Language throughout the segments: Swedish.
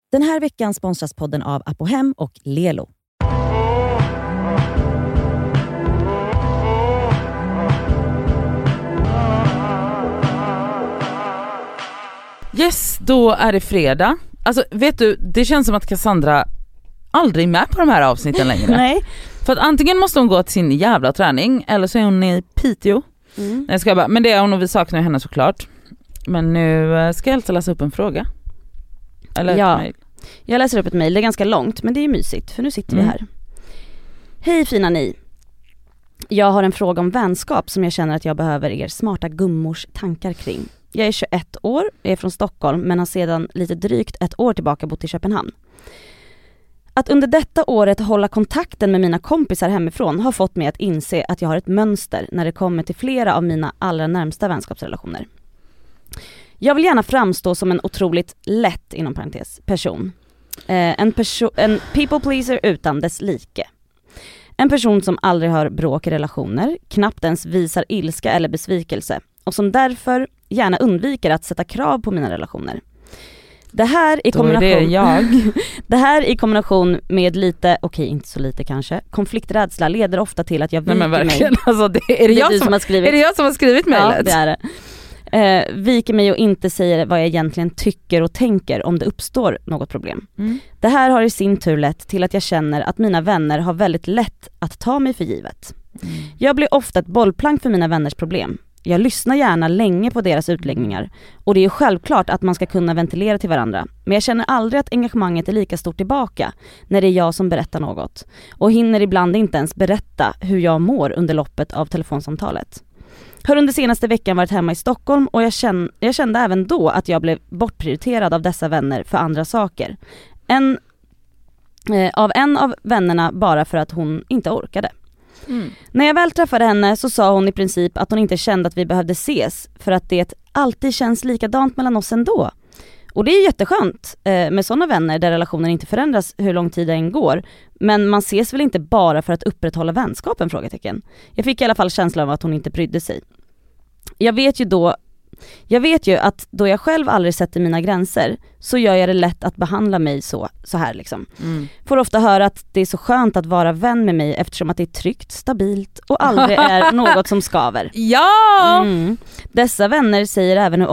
Den här veckan sponsras podden av Apohem och Lelo. Yes, då är det fredag. Alltså vet du, det känns som att Cassandra aldrig är med på de här avsnitten längre. Nej. För att antingen måste hon gå till sin jävla träning eller så är hon i Piteå. Nej, ska jag bara, men det är hon och vi saknar henne såklart. Men nu ska jag alltså läsa upp en fråga. Eller ett mejl. Jag läser upp ett mejl, det är ganska långt men det är mysigt för nu sitter vi här. Hej fina ni. Jag har en fråga om vänskap som jag känner att jag behöver er smarta gummors tankar kring. Jag är 21 år, är från Stockholm men har sedan lite drygt ett år tillbaka bott i Köpenhamn. Att under detta året hålla kontakten med mina kompisar hemifrån har fått mig att inse att jag har ett mönster när det kommer till flera av mina allra närmsta vänskapsrelationer. Jag vill gärna framstå som en otroligt lätt, inom parentes, person. En people pleaser utan dess like. En person som aldrig har bråk i relationer, knappt ens visar ilska eller besvikelse och som därför gärna undviker att sätta krav på mina relationer. Det här i kombination med lite, inte så lite kanske, konflikträdsla leder ofta till att jag viker mig. Alltså, är det jag som har skrivit mejlet? Ja, det är det. Viker mig och inte säger vad jag egentligen tycker och tänker om det uppstår något problem. Det här har i sin tur lett till att jag känner att mina vänner har väldigt lätt att ta mig för givet. Jag blir ofta ett bollplank för mina vänners problem. Jag lyssnar gärna länge på deras utläggningar och det är självklart att man ska kunna ventilera till varandra. Men jag känner aldrig att engagemanget är lika stort tillbaka när det är jag som berättar något. Och hinner ibland inte ens berätta hur jag mår under loppet av telefonsamtalet. Har under senaste veckan varit hemma i Stockholm och jag kände även då att jag blev bortprioriterad av dessa vänner för andra saker. En av vännerna bara för att hon inte orkade. När jag väl träffade henne så sa hon i princip att hon inte kände att vi behövde ses för att det alltid känns likadant mellan oss ändå. Och det är jätteskönt med sådana vänner där relationen inte förändras hur lång tid det än går. Men man ses väl inte bara för att upprätthålla vänskapen? Frågetecken. Jag fick i alla fall känslan av att hon inte brydde sig. Jag vet ju att då jag själv aldrig sätter mina gränser så gör jag det lätt att behandla mig så här liksom. Får ofta höra att det är så skönt att vara vän med mig eftersom att det är tryggt, stabilt och aldrig är något som skaver. Ja! Dessa vänner säger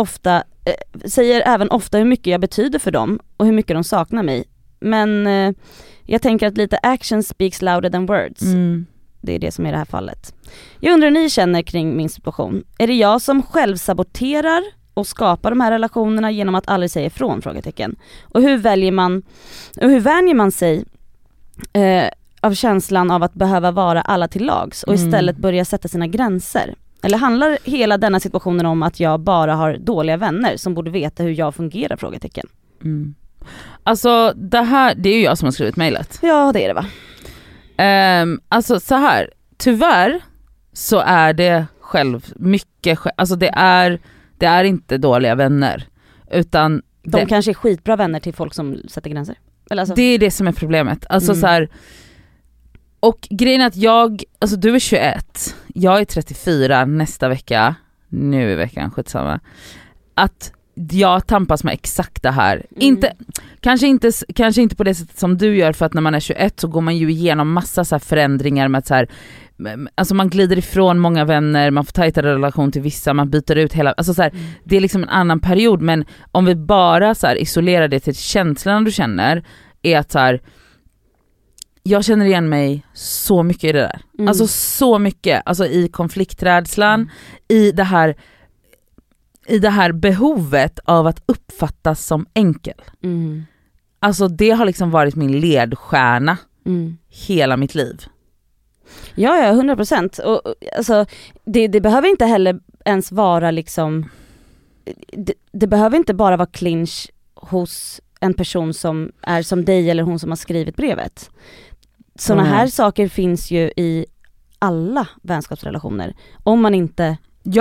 även ofta hur mycket jag betyder för dem och hur mycket de saknar mig. Men jag tänker att lite action speaks louder than words. Det är det som är det här fallet. Jag undrar hur ni känner kring min situation. Är det jag som själv saboterar och skapar de här relationerna genom att aldrig säga ifrån? Frågetecken. Och hur vänjer man sig av känslan av att behöva vara alla till lags och istället börja sätta sina gränser? Eller handlar hela denna situationen om att jag bara har dåliga vänner som borde veta hur jag fungerar? Frågetecken. Alltså det är ju jag som har skrivit mejlet. Ja, det är det va? Alltså så här, tyvärr så är det alltså det är inte dåliga vänner utan de kanske är skitbra vänner till folk som sätter gränser. Eller alltså. Det är det som är problemet. Alltså så här, och grejen är att du är 21, jag är 34 nästa vecka, nu i veckan, skitsamma. Att jag tampas med exakt det här. Kanske inte på det sättet som du gör, för att när man är 21 så går man ju igenom massa så här förändringar med att så här, alltså man glider ifrån många vänner, man får tajtare relation till vissa, man byter ut hela, alltså så här, det är liksom en annan period. Men om vi bara så här isolerar det till känslan du känner, är att så här, jag känner igen mig så mycket i det där. Alltså så mycket, alltså i konflikträdslan, i det här behovet av att uppfattas som enkel. Alltså det har liksom varit min ledstjärna hela mitt liv. Ja, 100%. Och alltså det behöver inte heller ens vara liksom, det behöver inte bara vara clinch hos en person som är som dig eller hon som har skrivit brevet. Såna här saker finns ju i alla vänskapsrelationer. Om man inte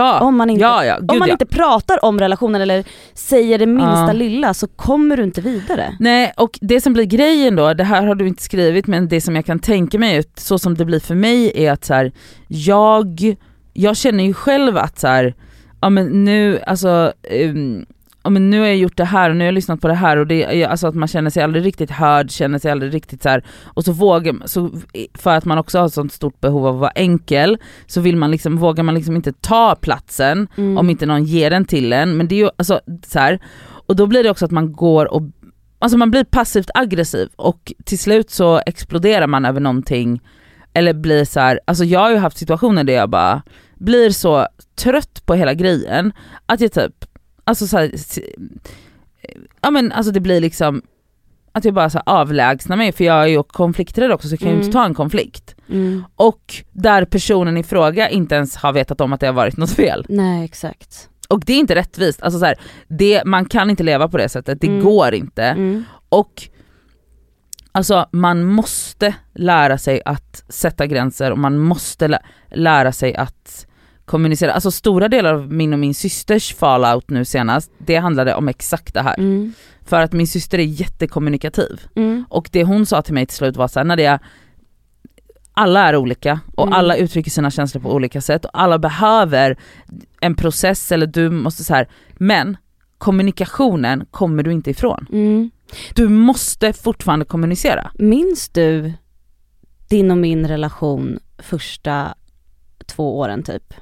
pratar om relationen eller säger det minsta lilla, så kommer du inte vidare. Nej, och det som blir grejen då, det här har du inte skrivit, men det som jag kan tänka mig ut, så som det blir för mig, är att så här, jag känner ju själv att så här, ja men nu, alltså men nu har jag gjort det här och nu har jag lyssnat på det här och det, alltså att man känner sig aldrig riktigt hörd, känner sig aldrig riktigt så här, och så för att man också har ett sånt stort behov av att vara enkel, så vågar man liksom inte ta platsen om inte någon ger den till en, men det är ju alltså så här, och då blir det också att man går och alltså man blir passivt aggressiv och till slut så exploderar man över någonting eller blir så här, alltså jag har ju haft situationer där jag bara blir så trött på hela grejen att jag typ alltså så här, ja men alltså det blir liksom att jag bara så avlägsnar mig, för jag är ju konflikträdd också, så jag kan ju inte ta en konflikt. Och där personen i fråga inte ens har vetat om att det har varit något fel. Nej, exakt. Och det är inte rättvist, alltså så här, man kan inte leva på det sättet, det går inte. Och alltså man måste lära sig att sätta gränser och man måste lära sig att kommunicera. Alltså stora delar av min och min systers fallout nu senast, det handlade om exakt det här. För att min syster är jättekommunikativ. Och det hon sa till mig till slut var så här, Nadia, alla är olika och alla uttrycker sina känslor på olika sätt och alla behöver en process, eller du måste så här, men kommunikationen kommer du inte ifrån. Du måste fortfarande kommunicera. Minns du din och min relation första 2 åren typ?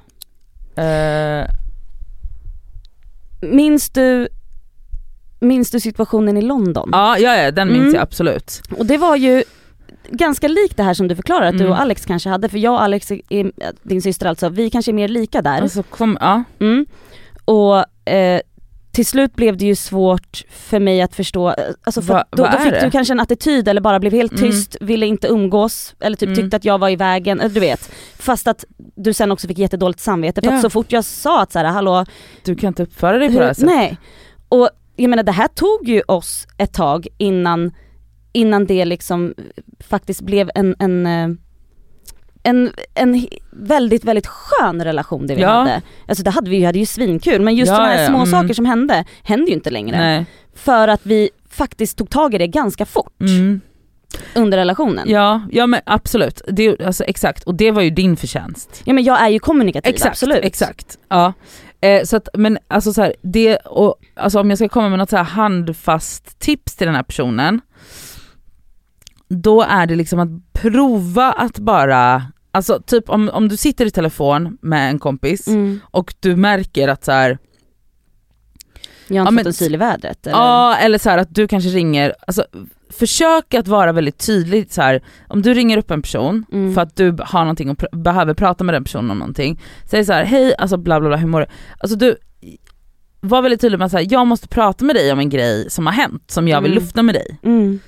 Minns du situationen i London? Ja, den minns jag absolut. Och det var ju ganska likt det här som du förklarar att du och Alex kanske hade, för jag och Alex, din syster alltså, vi kanske är mer lika där. Alltså, Och till slut blev det ju svårt för mig att förstå, alltså för då fick du kanske en attityd eller bara blev helt tyst, ville inte umgås eller typ tyckte att jag var i vägen, du vet. Fast att du sen också fick jättedåligt samvete för att så fort jag sa att så här, hallå, du kan inte uppföra dig på det här sättet. Nej. Och jag menar, det här tog ju oss ett tag innan det liksom faktiskt blev en väldigt, väldigt skön relation det vi hade. Alltså vi hade ju svinkul, men just de här små saker som hände ju inte längre. Nej. För att vi faktiskt tog tag i det ganska fort under relationen. Ja men absolut. Det, alltså, exakt, och det var ju din förtjänst. Ja, men jag är ju kommunikativ, absolut. Exakt, ja. Så att, men alltså så här, det, och alltså om jag ska komma med något så här handfast tips till den här personen, då är det liksom att prova att bara, alltså typ om du sitter i telefon med en kompis och du märker att så här, jag har inte fått en syl i vädret eller? Ja, eller så här att du kanske ringer, alltså försök att vara väldigt tydlig så här, om du ringer upp en person för att du har någonting och behöver prata med den personen om någonting, säg så här, hej, alltså bla bla bla, hur mår du? Alltså du var väldigt tydlig med att säga, jag måste prata med dig om en grej som har hänt, som jag vill lufta med dig.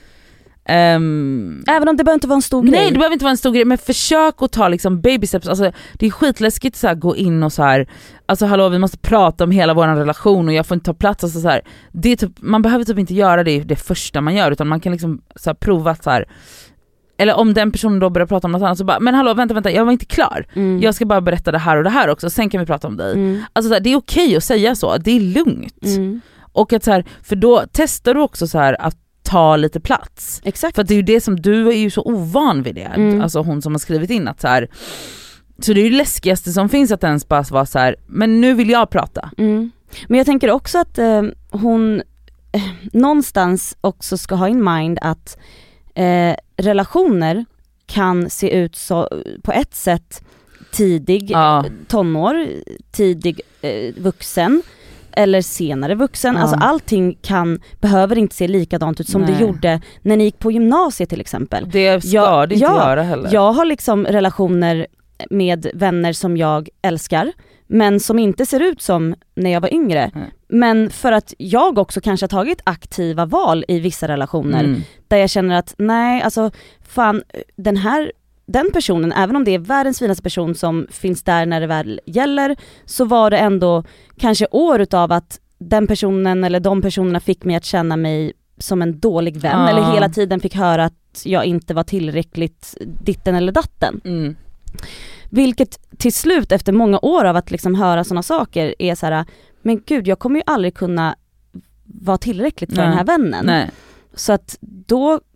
Även om det behöver inte vara en stor grej. Nej, det behöver inte vara en stor grej, men försök att ta liksom baby steps. Alltså, det är skitläskigt så här, gå in och så här, alltså hallå, vi måste prata om hela vår relation och jag får inte ta plats, alltså, så här. Det är typ, man behöver typ inte göra det första man gör, utan man kan liksom så här, prova så här. Eller om den personen då börjar prata om något annat, så bara, men hallå, vänta, jag var inte klar. Jag ska bara berätta det här och det här också, sen kan vi prata om dig. Alltså så här, det är okej att säga så, det är lugnt. Och att så här, för då testar du också så här att ta lite plats. Exakt. För att det är ju det som, du är ju så ovan vid det. Alltså hon som har skrivit in att så här, så det är ju det läskigaste som finns, att ens bara vara så här, men nu vill jag prata. Men jag tänker också att hon någonstans också ska ha in mind att relationer kan se ut så, på ett sätt tidig tonår, tidig vuxen eller senare vuxen. Alltså allting behöver inte se likadant ut som det gjorde när ni gick på gymnasiet till exempel. Det ska det inte göra heller. Jag har liksom relationer med vänner som jag älskar, men som inte ser ut som när jag var yngre. Men för att jag också kanske har tagit aktiva val i vissa relationer där jag känner att nej, alltså fan, den personen, även om det är världens finaste person som finns där när det väl gäller, så var det ändå kanske år utav att den personen eller de personerna fick mig att känna mig som en dålig vän, eller hela tiden fick höra att jag inte var tillräckligt ditten eller datten. Vilket till slut efter många år av att liksom höra såna saker är så här, men gud, jag kommer ju aldrig kunna vara tillräckligt för den här vännen. Så att då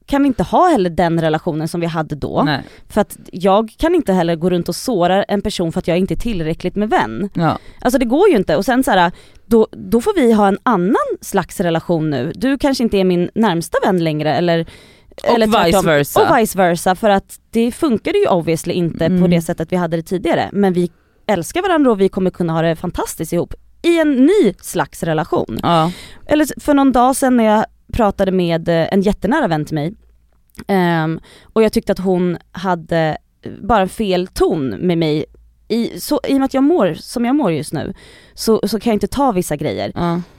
kan vi inte ha heller den relationen som vi hade då. Nej. För att jag kan inte heller gå runt och såra en person för att jag inte är tillräckligt med vän. Ja. Alltså det går ju inte. Och sen så här, då får vi ha en annan slags relation nu. Du kanske inte är min närmsta vän längre eller vice versa. Och vice versa, för att det funkade ju obviously inte på det sättet vi hade det tidigare. Men vi älskar varandra och vi kommer kunna ha det fantastiskt ihop i en ny slags relation. Ja. Eller för någon dag sedan när jag pratade med en jättenära vän till mig och jag tyckte att hon hade bara fel ton med mig i och med att jag mår som jag mår just nu, så kan jag inte ta vissa grejer.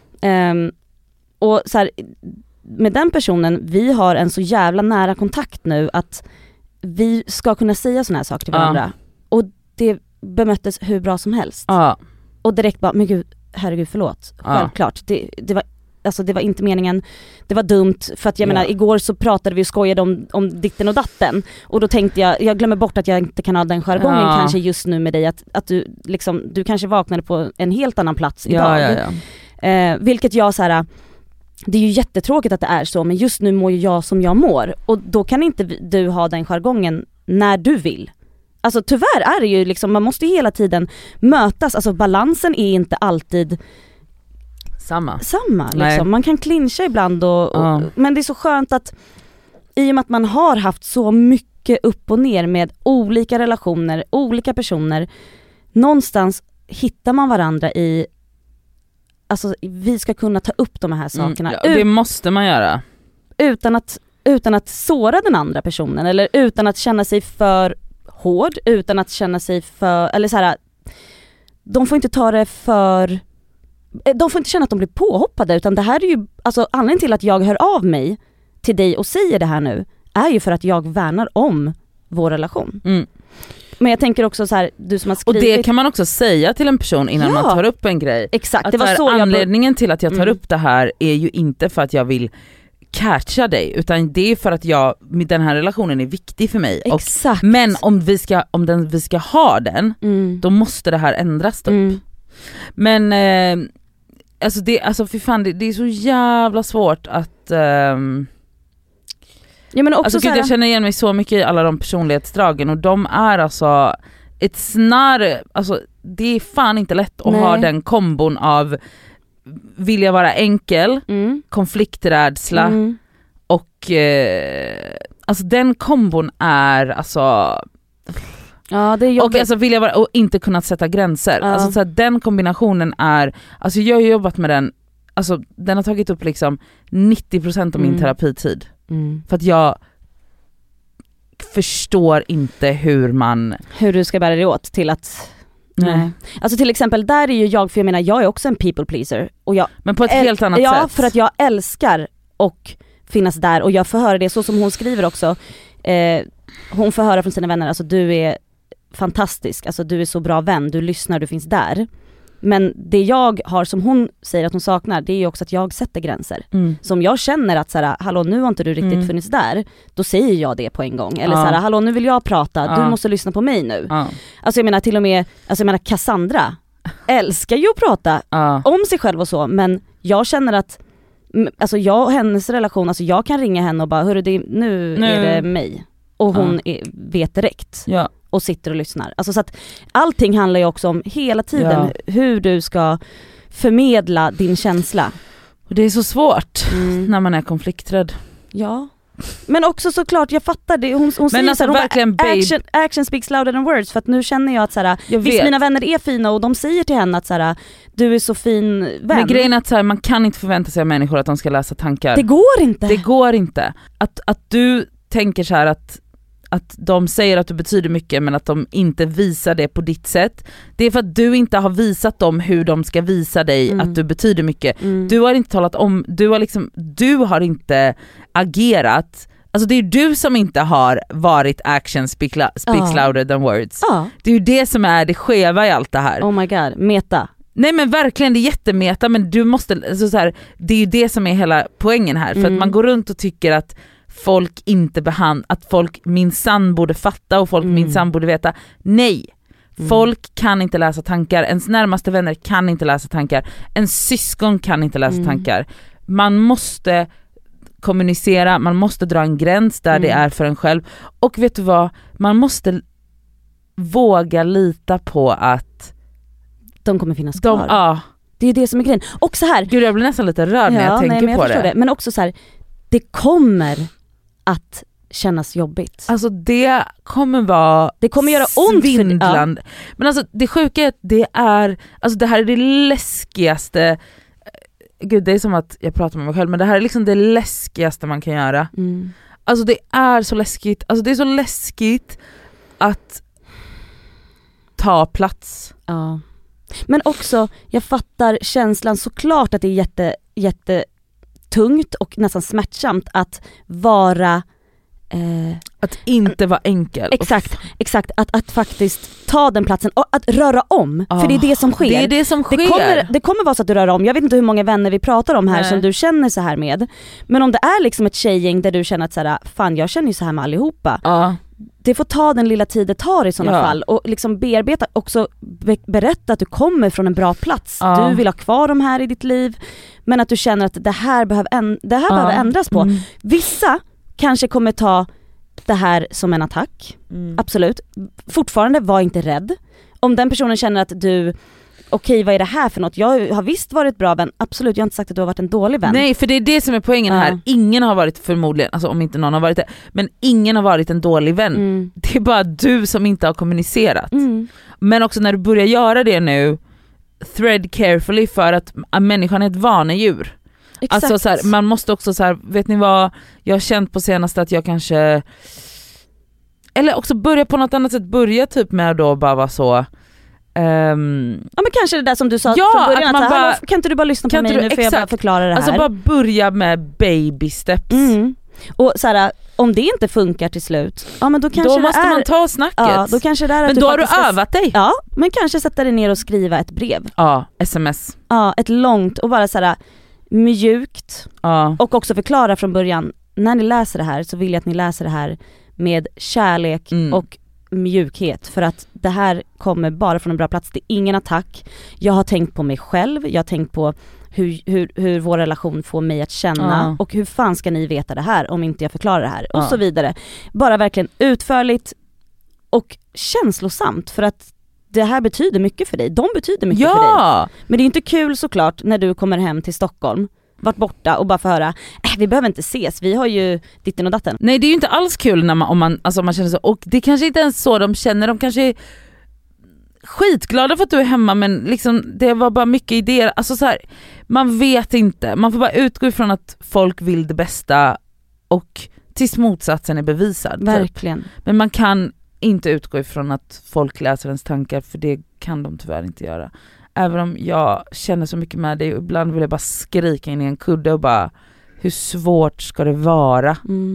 Och så här, med den personen, vi har en så jävla nära kontakt nu att vi ska kunna säga såna här saker till varandra. Och det bemöttes hur bra som helst. Och direkt bara, men gud, herregud, förlåt. Självklart. Det var inte meningen. Det var dumt. För att jag menar, igår så pratade vi och skojade om ditten och datten. Och då tänkte jag glömmer bort att jag inte kan ha den jargongen kanske just nu med dig. Att du liksom, du kanske vaknade på en helt annan plats idag. Vilket jag så här, det är ju jättetråkigt att det är så, men just nu mår ju jag som jag mår. Och då kan inte du ha den jargongen när du vill. Alltså tyvärr är det ju liksom, man måste hela tiden mötas. Alltså balansen är inte alltid samma liksom. Man kan clincha ibland men det är så skönt att i och med att man har haft så mycket upp och ner med olika relationer, olika personer, någonstans hittar man varandra i, alltså vi ska kunna ta upp de här sakerna. Det måste man göra. Utan att såra den andra personen eller utan att känna sig för hård, utan att känna sig för, eller så här, de får inte ta det för, de får inte känna att de blir påhoppade, utan det här är ju, alltså anledningen till att jag hör av mig till dig och säger det här nu är ju för att jag värnar om vår relation. Men jag tänker också så här, du som har skrivit... Och det kan man också säga till en person innan man tar upp en grej. Exakt, att det var så anledningen till att jag tar upp det här är ju inte för att jag vill catcha dig, utan det är för att den här relationen är viktig för mig. Exakt. Men om vi ska ha den, då måste det här ändras upp. Men alltså för fan, det är så jävla svårt att men också alltså, jag känner igen mig så mycket i alla de personlighetsdragen, och de är alltså det är fan inte lätt att ha den kombon av vilja vara enkel, konflikträdsla och alltså den kombon är alltså det är jobbigt. och alltså vilja vara och inte kunna sätta gränser. Alltså så här, den kombinationen är, alltså jag har jobbat med den, alltså den har tagit upp liksom 90% av min terapitid. För att jag förstår inte hur du ska bära dig åt till att nej. Alltså till exempel där är ju jag, för jag menar jag är också en people pleaser och men på ett helt annat sätt. Ja, för att jag älskar och finnas där, och jag får höra det så som hon skriver också. Hon får höra från sina vänner, alltså du är fantastisk, alltså du är så bra vän, du lyssnar, du finns där. Men det jag har, som hon säger att hon saknar, det är ju också att jag sätter gränser. Så om jag känner att så här, hallå, nu har inte du riktigt funnits där, då säger jag det på en gång. Eller så här, hallå, nu vill jag prata, du måste lyssna på mig nu. Alltså jag menar till och med, alltså jag menar Cassandra älskar ju att prata om sig själv och så, men jag känner att alltså jag och hennes relation, alltså jag kan ringa henne och bara, hörru, nu är det mig. Och hon vet direkt. Och sitter och lyssnar. Alltså så att allting handlar ju också om hela tiden hur du ska förmedla din känsla. Och det är så svårt när man är konflikträdd. Ja. Men också såklart, jag fattar det. Hon säger alltså såhär, action speaks louder than words. För att nu känner jag att såhär, visst mina vänner är fina och de säger till henne att såhär, du är så fin vän. Men grejen är att såhär, man kan inte förvänta sig av människor att de ska läsa tankar. Det går inte. Det går inte. Att du tänker så här att de säger att du betyder mycket men att de inte visar det på ditt sätt. Det är för att du inte har visat dem hur de ska visa dig att du betyder mycket. Du har inte talat om, du har inte agerat. Alltså det är du som inte har varit action speaks louder than words. Det är ju det som är det skeva i allt det här. Oh my god, meta. Nej men verkligen, det är jättemeta, men du måste, alltså så här, det är ju det som är hela poängen här. För att man går runt och tycker att folk inte att folk minsann borde fatta och folk minsann borde veta. Nej, folk kan inte läsa tankar. Ens närmaste vänner kan inte läsa tankar. En syskon kan inte läsa tankar. Man måste kommunicera, man måste dra en gräns där det är för en själv. Och vet du vad, man måste våga lita på att de kommer finnas kvar. Ja. Det är det som är grejen. Och så här, gud, jag blir nästan lite rörd när jag tänker på det. Men också så här, det kommer att kännas jobbigt. Alltså det kommer vara, det kommer göra ont svindlande. Men alltså det sjuka är att det här är det läskigaste. Gud, det är som att jag pratar med mig själv, men det här är liksom det läskigaste man kan göra. Alltså det är så läskigt. Alltså det är så läskigt att ta plats. Ja. Men också, jag fattar känslan, såklart att det är jättetungt och nästan smärtsamt att vara att inte vara enkel. Exakt, att faktiskt ta den platsen och att röra om, för det är det som sker. Det är det som sker. Det kommer vara så att du rör om. Jag vet inte hur många vänner vi pratar om här som du känner så här med. Men om det är liksom ett tjejgäng där du känner att så här, fan, jag känner ju så här med allihopa. Det får ta den lilla tid det tar i sådana fall och liksom bearbeta, också berätta att du kommer från en bra plats. Du vill ha kvar dem här i ditt liv, men att du känner att det här behöver ändras på. Vissa kanske kommer ta det här som en attack. Absolut. Fortfarande, var inte rädd. Om den personen känner att du, okej, vad är det här för något? Jag har visst varit bra vän. Absolut, jag har inte sagt att du har varit en dålig vän. Nej, för det är det som är poängen här. Ingen har varit, förmodligen, alltså om inte någon har varit det, men ingen har varit en dålig vän. Det är bara du som inte har kommunicerat. Men också när du börjar göra det nu, thread carefully, för att människan är ett vanedjur. Exakt. Alltså så här, man måste också så här, vet ni vad, jag har känt på senaste att jag kanske, eller också börja på något annat sätt, börja typ med att då bara vara så ja, men kanske det där som du sa från början, att bara, kan inte du bara lyssna på mig nu, för jag bara förklara det här. Alltså bara börja med baby steps. Och så här, om det inte funkar till slut, ja, men då kanske då måste man ta snacket. Ja, då kanske det är men då har du övat dig. Ja, men kanske sätta dig ner och skriva ett brev. Ja, sms. Ja, ett långt, och bara så här mjukt. Och också förklara från början, när ni läser det här så vill jag att ni läser det här med kärlek och mjukhet, för att det här kommer bara från en bra plats. Det är ingen attack. Jag har tänkt på mig själv, jag har tänkt på hur vår relation får mig att känna, och hur fan ska ni veta det här om inte jag förklarar det här, och så vidare. Bara verkligen utförligt och känslosamt, för att det här betyder mycket för dig. De betyder mycket för dig. Men det är inte kul såklart när du kommer hem till Stockholm, varit borta, och bara få höra, vi behöver inte ses, vi har ju ditten och datten. Nej, det är ju inte alls kul när om man känner så. Och det kanske inte ens så de känner. De kanske är skitglada för att du är hemma, men liksom, det var bara mycket idéer. Alltså så här, man vet inte. Man får bara utgå ifrån att folk vill det bästa och tills motsatsen är bevisad. Verkligen. Typ. Men man kan inte utgå ifrån att folk läser ens tankar, för det kan de tyvärr inte göra. Även om jag känner så mycket med dig, och ibland vill jag bara skrika in i en kudde och bara, hur svårt ska det vara?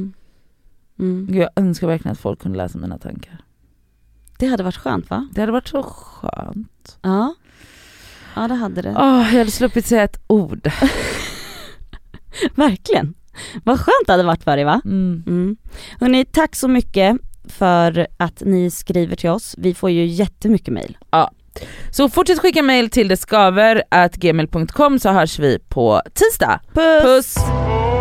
Jag önskar verkligen att folk kunde läsa mina tankar. Det hade varit skönt, va? Det hade varit så skönt. Ja, det hade det. Jag hade sluppit säga ett ord. Verkligen. Vad skönt det hade varit för dig, va? Hörrni, tack så mycket för att ni skriver till oss. Vi får ju jättemycket mejl. Ja. Så fortsätt skicka mejl till deskaver@gmail.com, så hörs vi på tisdag. Puss!